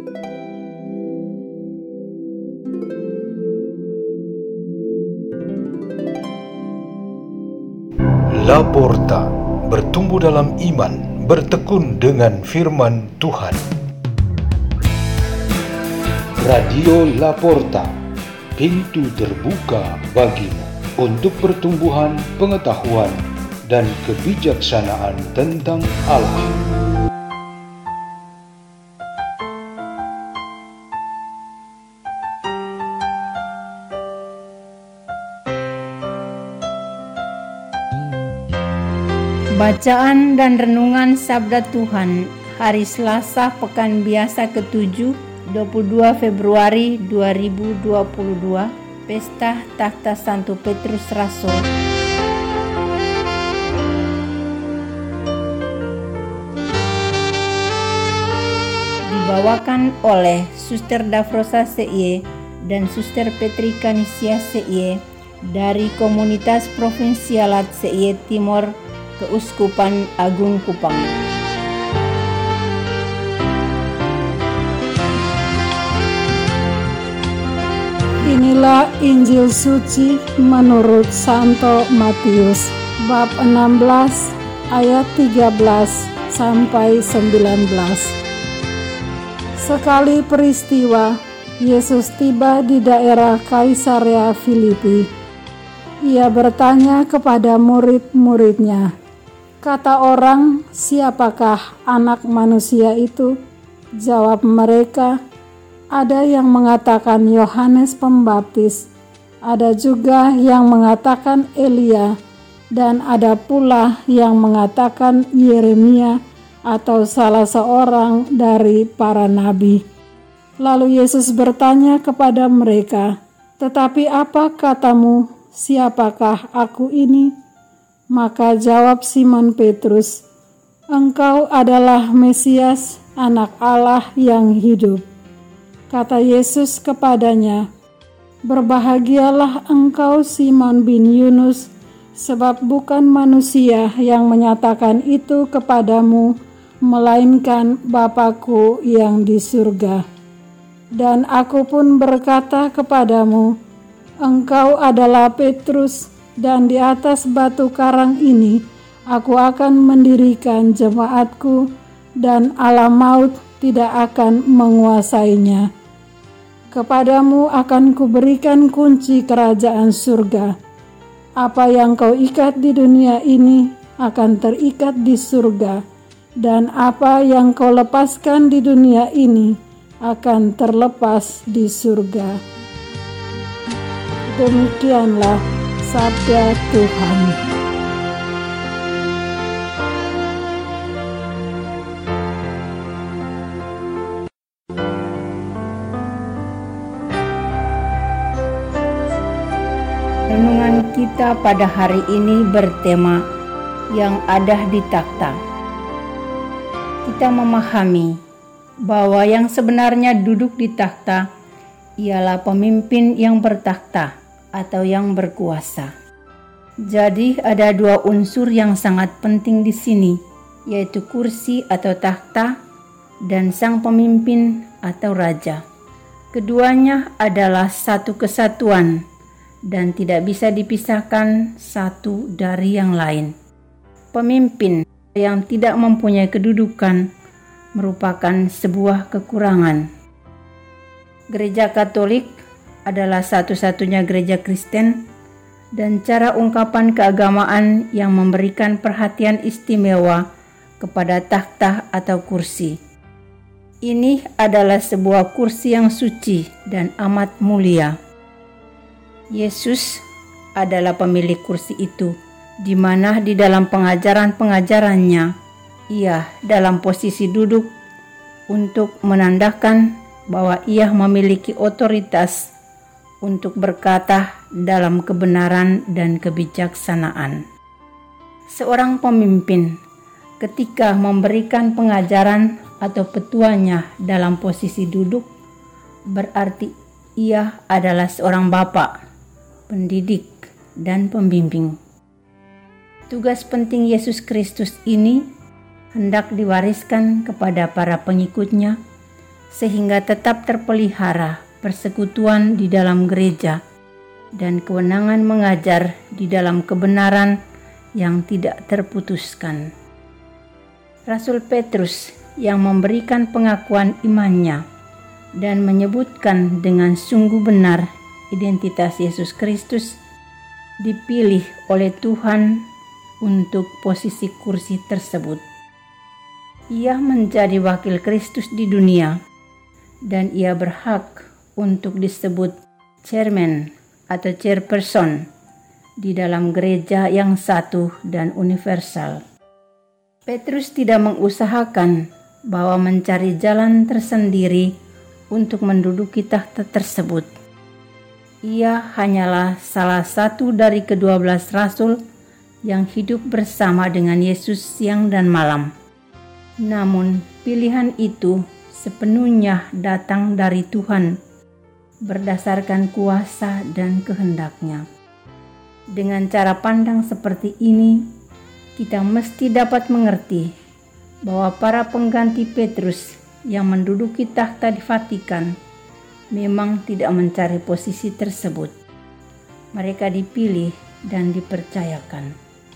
Laporta, bertumbuh dalam iman, bertekun dengan firman Tuhan. Radio Laporta, pintu terbuka bagimu untuk pertumbuhan pengetahuan dan kebijaksanaan tentang Allah. Bacaan dan renungan Sabda Tuhan hari Selasa Pekan Biasa ke-7, 22 Februari 2022, Pesta Takhta Santo Petrus Rasul. Dibawakan oleh Suster Dafrosa C.I. dan Suster Petri Kanisia C.I. dari Komunitas Provinsialat C.I. Timor, Keuskupan Agung Kupang. Inilah Injil Suci menurut Santo Matius, bab 16 ayat 13 sampai 19. Sekali peristiwa, Yesus tiba di daerah Kaisarea Filipi. Ia bertanya kepada murid-muridnya, "Kata orang, siapakah Anak Manusia itu?" Jawab mereka, "Ada yang mengatakan Yohanes Pembaptis, ada juga yang mengatakan Elia, dan ada pula yang mengatakan Yeremia atau salah seorang dari para nabi." Lalu Yesus bertanya kepada mereka, "Tetapi apa katamu, siapakah aku ini?" Maka jawab Simon Petrus, "Engkau adalah Mesias, Anak Allah yang hidup." Kata Yesus kepadanya, "Berbahagialah engkau Simon bin Yunus, sebab bukan manusia yang menyatakan itu kepadamu, melainkan Bapa-Ku yang di surga. Dan aku pun berkata kepadamu, engkau adalah Petrus, dan di atas batu karang ini aku akan mendirikan jemaatku, dan alam maut tidak akan menguasainya. Kepadamu akan kuberikan kunci kerajaan surga. Apa yang kau ikat di dunia ini akan terikat di surga, dan apa yang kau lepaskan di dunia ini akan terlepas di surga." Demikianlah sabda Tuhan. Renungan kita pada hari ini bertema yang ada di takhta. Kita memahami bahwa yang sebenarnya duduk di takhta ialah pemimpin yang bertakhta atau yang berkuasa. Jadi ada dua unsur yang sangat penting di sini, yaitu kursi atau takhta dan sang pemimpin atau raja. Keduanya adalah satu kesatuan dan tidak bisa dipisahkan satu dari yang lain. Pemimpin yang tidak mempunyai kedudukan merupakan sebuah kekurangan. Gereja Katolik adalah satu-satunya gereja Kristen dan cara ungkapan keagamaan yang memberikan perhatian istimewa kepada takhta atau kursi. Ini adalah sebuah kursi yang suci dan amat mulia. Yesus adalah pemilik kursi itu, di mana di dalam pengajaran-pengajarannya, ia dalam posisi duduk untuk menandakan bahwa ia memiliki otoritas untuk berkata dalam kebenaran dan kebijaksanaan. Seorang pemimpin ketika memberikan pengajaran atau petuanya dalam posisi duduk, berarti ia adalah seorang bapa, pendidik, dan pembimbing. Tugas penting Yesus Kristus ini hendak diwariskan kepada para pengikutnya sehingga tetap terpelihara persekutuan di dalam gereja dan kewenangan mengajar di dalam kebenaran yang tidak terputuskan. Rasul Petrus yang memberikan pengakuan imannya dan menyebutkan dengan sungguh benar identitas Yesus Kristus dipilih oleh Tuhan untuk posisi kursi tersebut. Ia menjadi wakil Kristus di dunia dan ia berhak untuk disebut chairman atau chairperson di dalam gereja yang satu dan universal. Petrus tidak mengusahakan bahwa mencari jalan tersendiri untuk menduduki tahta tersebut. Ia hanyalah salah satu dari ke-12 rasul yang hidup bersama dengan Yesus siang dan malam. Namun pilihan itu sepenuhnya datang dari Tuhan berdasarkan kuasa dan kehendak-Nya. Dengan cara pandang seperti ini, kita mesti dapat mengerti bahwa para pengganti Petrus yang menduduki tahta di Vatikan memang tidak mencari posisi tersebut. Mereka dipilih dan dipercayakan.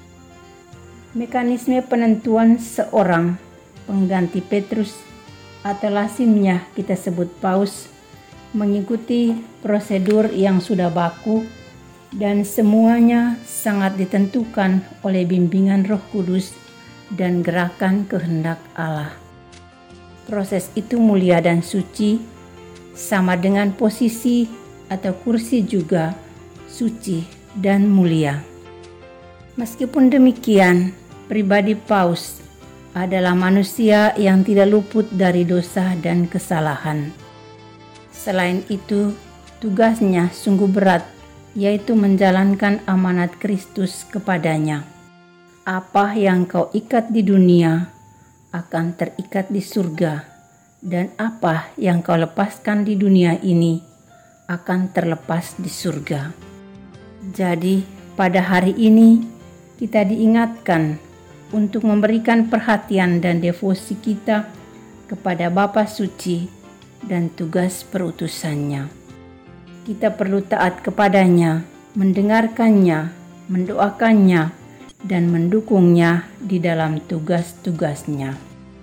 Mekanisme penentuan seorang pengganti Petrus atau lazimnya kita sebut paus mengikuti prosedur yang sudah baku dan semuanya sangat ditentukan oleh bimbingan Roh Kudus dan gerakan kehendak Allah. Proses itu mulia dan suci, sama dengan posisi atau kursi juga suci dan mulia. Meskipun demikian, pribadi paus adalah manusia yang tidak luput dari dosa dan kesalahan. Selain itu, tugasnya sungguh berat, yaitu menjalankan amanat Kristus kepadanya. Apa yang kau ikat di dunia akan terikat di surga, dan apa yang kau lepaskan di dunia ini akan terlepas di surga. Jadi, pada hari ini kita diingatkan untuk memberikan perhatian dan devosi kita kepada Bapa Suci dan tugas perutusannya. Kita perlu taat kepadanya, mendengarkannya, mendoakannya, dan mendukungnya di dalam tugas-tugasnya.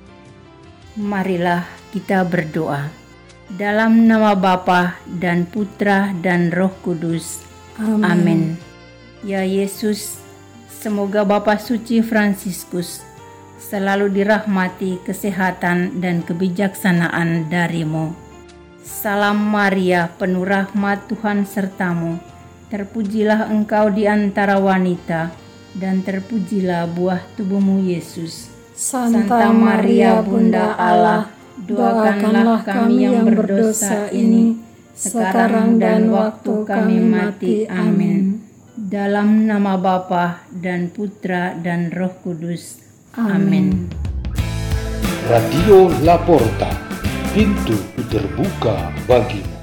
Marilah kita berdoa. Dalam nama Bapa dan Putra dan Roh Kudus. Amin. Ya Yesus, semoga Bapa Suci Fransiskus selalu dirahmati kesehatan dan kebijaksanaan dari-Mu. Salam Maria, penuh rahmat, Tuhan sertamu. Terpujilah engkau di antara wanita, dan terpujilah buah tubuhmu Yesus. Santa Maria Bunda Allah, doakanlah kami yang berdosa ini, sekarang dan waktu kami mati. Amin. Dalam nama Bapa dan Putra dan Roh Kudus. Amin. Radio La Porta, pintu terbuka bagimu.